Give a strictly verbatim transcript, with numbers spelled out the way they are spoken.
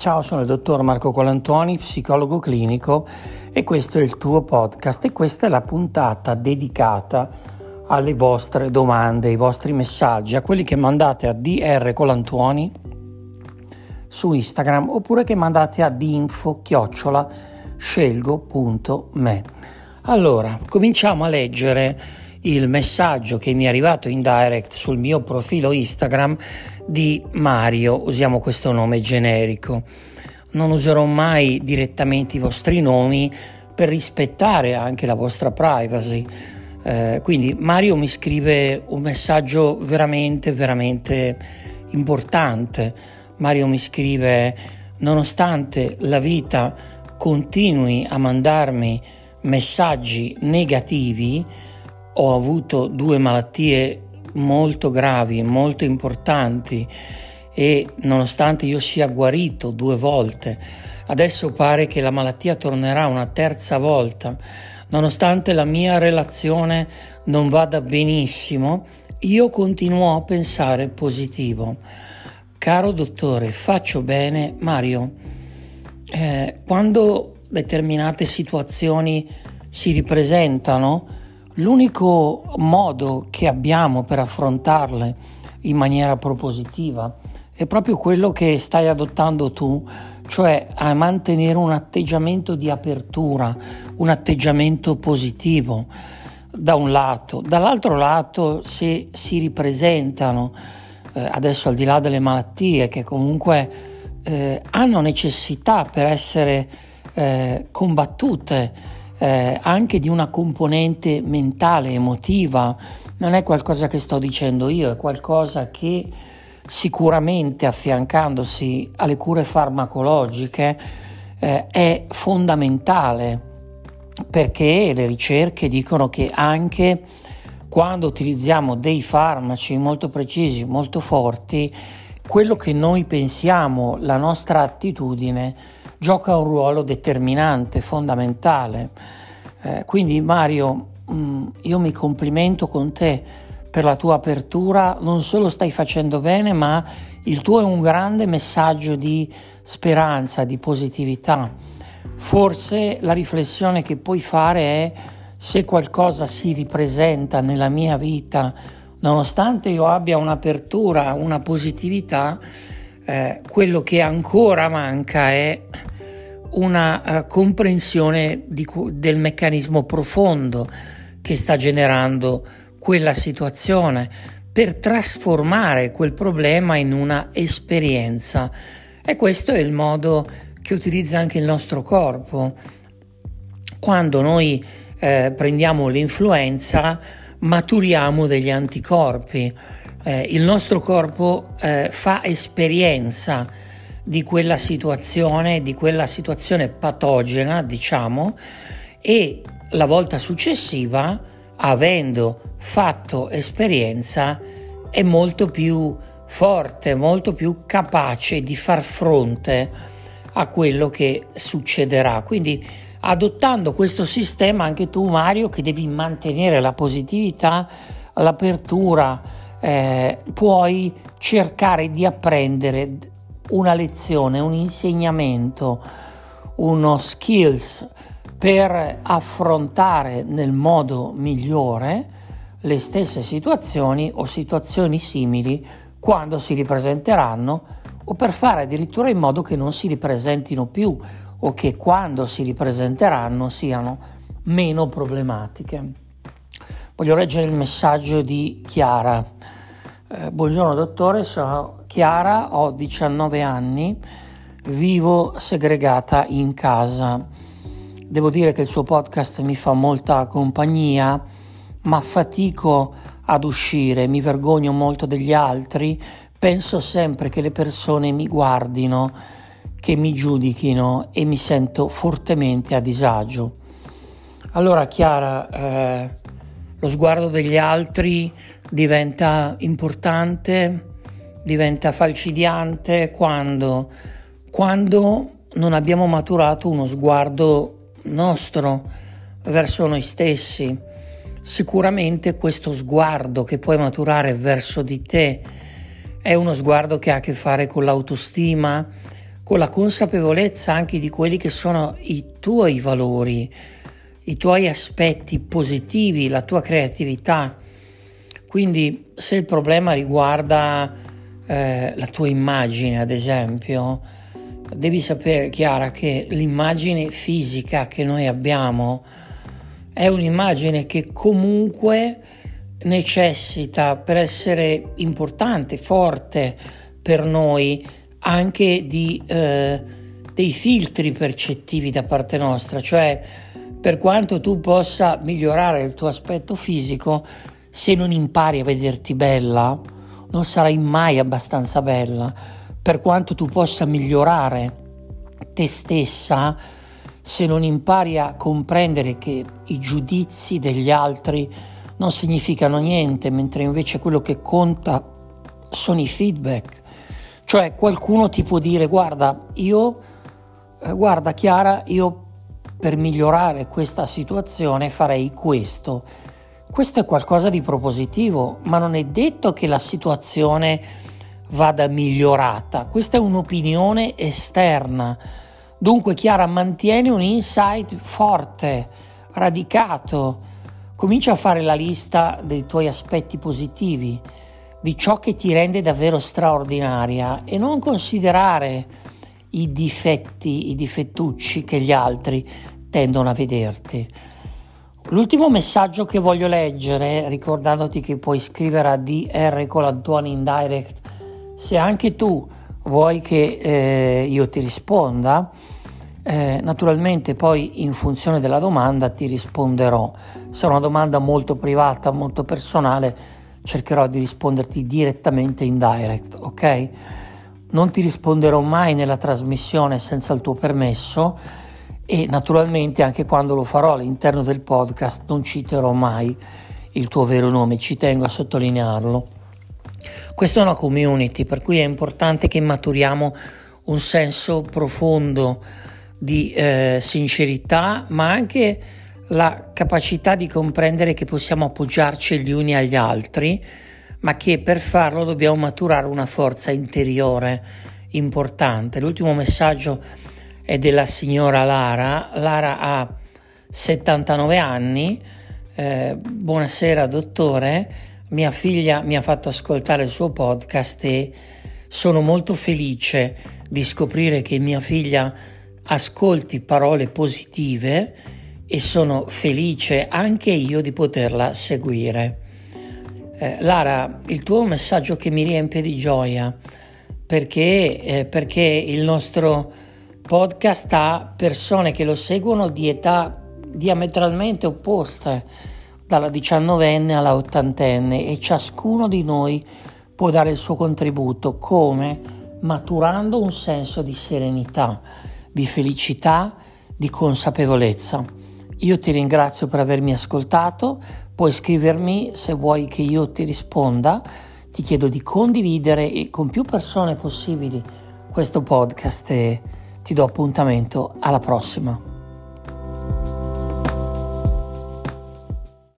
Ciao, sono il dottor Marco Colantoni, psicologo clinico, e questo è il tuo podcast e questa è la puntata dedicata alle vostre domande, ai vostri messaggi, a quelli che mandate a D R Colantoni su Instagram oppure che mandate a dinfo chiocciola scelgo punto me. Allora, cominciamo a leggere il messaggio che mi è arrivato in direct sul mio profilo Instagram di Mario, usiamo questo nome generico. Non userò mai direttamente i vostri nomi per rispettare anche la vostra privacy. Eh, quindi Mario mi scrive un messaggio veramente, veramente importante. Mario mi scrive: nonostante la vita continui a mandarmi messaggi negativi, ho avuto due malattie molto gravi, molto importanti, e nonostante io sia guarito due volte, adesso pare che la malattia tornerà una terza volta, nonostante la mia relazione non vada benissimo, io continuo a pensare positivo. Caro dottore, faccio bene. Mario, eh, quando determinate situazioni si ripresentano, l'unico modo che abbiamo per affrontarle in maniera propositiva è proprio quello che stai adottando tu, cioè a mantenere un atteggiamento di apertura, un atteggiamento positivo da un lato. Dall'altro lato, se si ripresentano, eh, adesso al di là delle malattie che comunque eh, hanno necessità per essere eh, combattute, Eh, anche di una componente mentale, emotiva, non è qualcosa che sto dicendo io, è qualcosa che sicuramente, affiancandosi alle cure farmacologiche, eh, è fondamentale, perché le ricerche dicono che anche quando utilizziamo dei farmaci molto precisi, molto forti, quello che noi pensiamo, la nostra attitudine, gioca un ruolo determinante, fondamentale. Eh, quindi Mario, mh, io mi complimento con te per la tua apertura, non solo stai facendo bene, ma il tuo è un grande messaggio di speranza, di positività. Forse la riflessione che puoi fare è: se qualcosa si ripresenta nella mia vita, nonostante io abbia un'apertura, una positività, Eh, quello che ancora manca è una uh, comprensione di, del meccanismo profondo che sta generando quella situazione, per trasformare quel problema in una esperienza. E questo è il modo che utilizza anche il nostro corpo. Quando noi eh, prendiamo l'influenza, maturiamo degli anticorpi. Eh, il nostro corpo eh, fa esperienza di quella situazione, di quella situazione patogena, diciamo, e la volta successiva, avendo fatto esperienza, è molto più forte, molto più capace di far fronte a quello che succederà. Quindi, adottando questo sistema, anche tu, Mario, che devi mantenere la positività, l'apertura, Eh, puoi cercare di apprendere una lezione, un insegnamento, uno skills per affrontare nel modo migliore le stesse situazioni o situazioni simili quando si ripresenteranno, o per fare addirittura in modo che non si ripresentino più, o che quando si ripresenteranno siano meno problematiche. Voglio leggere il messaggio di Chiara. Eh, buongiorno dottore, sono Chiara, ho diciannove anni, vivo segregata in casa. Devo dire che il suo podcast mi fa molta compagnia, ma fatico ad uscire, mi vergogno molto degli altri, penso sempre che le persone mi guardino, che mi giudichino, e mi sento fortemente a disagio. Allora Chiara, eh, lo sguardo degli altri diventa importante, diventa falcidiante quando, quando non abbiamo maturato uno sguardo nostro verso noi stessi. Sicuramente questo sguardo che puoi maturare verso di te è uno sguardo che ha a che fare con l'autostima, con la consapevolezza anche di quelli che sono i tuoi valori, i tuoi aspetti positivi, la tua creatività. Quindi se il problema riguarda eh, la tua immagine, ad esempio, devi sapere, Chiara, che l'immagine fisica che noi abbiamo è un'immagine che comunque necessita, per essere importante, forte per noi, anche di eh, dei filtri percettivi da parte nostra. Cioè, per quanto tu possa migliorare il tuo aspetto fisico, se non impari a vederti bella, non sarai mai abbastanza bella. Per quanto tu possa migliorare te stessa, se non impari a comprendere che i giudizi degli altri non significano niente, mentre invece quello che conta sono i feedback. Cioè, qualcuno ti può dire: guarda, io, eh, guarda Chiara, io per migliorare questa situazione farei questo. Questo è qualcosa di propositivo, ma non è detto che la situazione vada migliorata. Questa è un'opinione esterna. Dunque, Chiara, mantieni un insight forte, radicato. Comincia a fare la lista dei tuoi aspetti positivi, di ciò che ti rende davvero straordinaria, e non considerare i difetti, i difettucci che gli altri tendono a vederti. L'ultimo messaggio che voglio leggere, ricordandoti che puoi scrivere a D R Colantuoni in direct se anche tu vuoi che eh, io ti risponda. Eh, naturalmente poi in funzione della domanda ti risponderò. Se è una domanda molto privata, molto personale, cercherò di risponderti direttamente in direct, ok? Non ti risponderò mai nella trasmissione senza il tuo permesso, e naturalmente anche quando lo farò all'interno del podcast non citerò mai il tuo vero nome, ci tengo a sottolinearlo. Questa è una community, per cui è importante che maturiamo un senso profondo di eh, sincerità, ma anche la capacità di comprendere che possiamo appoggiarci gli uni agli altri, ma che per farlo dobbiamo maturare una forza interiore importante. L'ultimo messaggio è della signora Lara. Lara ha settantanove anni. Eh, buonasera dottore, mia figlia mi ha fatto ascoltare il suo podcast e sono molto felice di scoprire che mia figlia ascolti parole positive, e sono felice anche io di poterla seguire. Eh, Lara, il tuo messaggio che mi riempie di gioia, perché, eh, perché il nostro podcast ha persone che lo seguono di età diametralmente opposte, dalla diciannovenne alla ottantenne, e ciascuno di noi può dare il suo contributo. Come? Maturando un senso di serenità, di felicità, di consapevolezza. Io ti ringrazio per avermi ascoltato. Puoi scrivermi se vuoi che io ti risponda. Ti chiedo di condividere con più persone possibili questo podcast e ti do appuntamento alla prossima.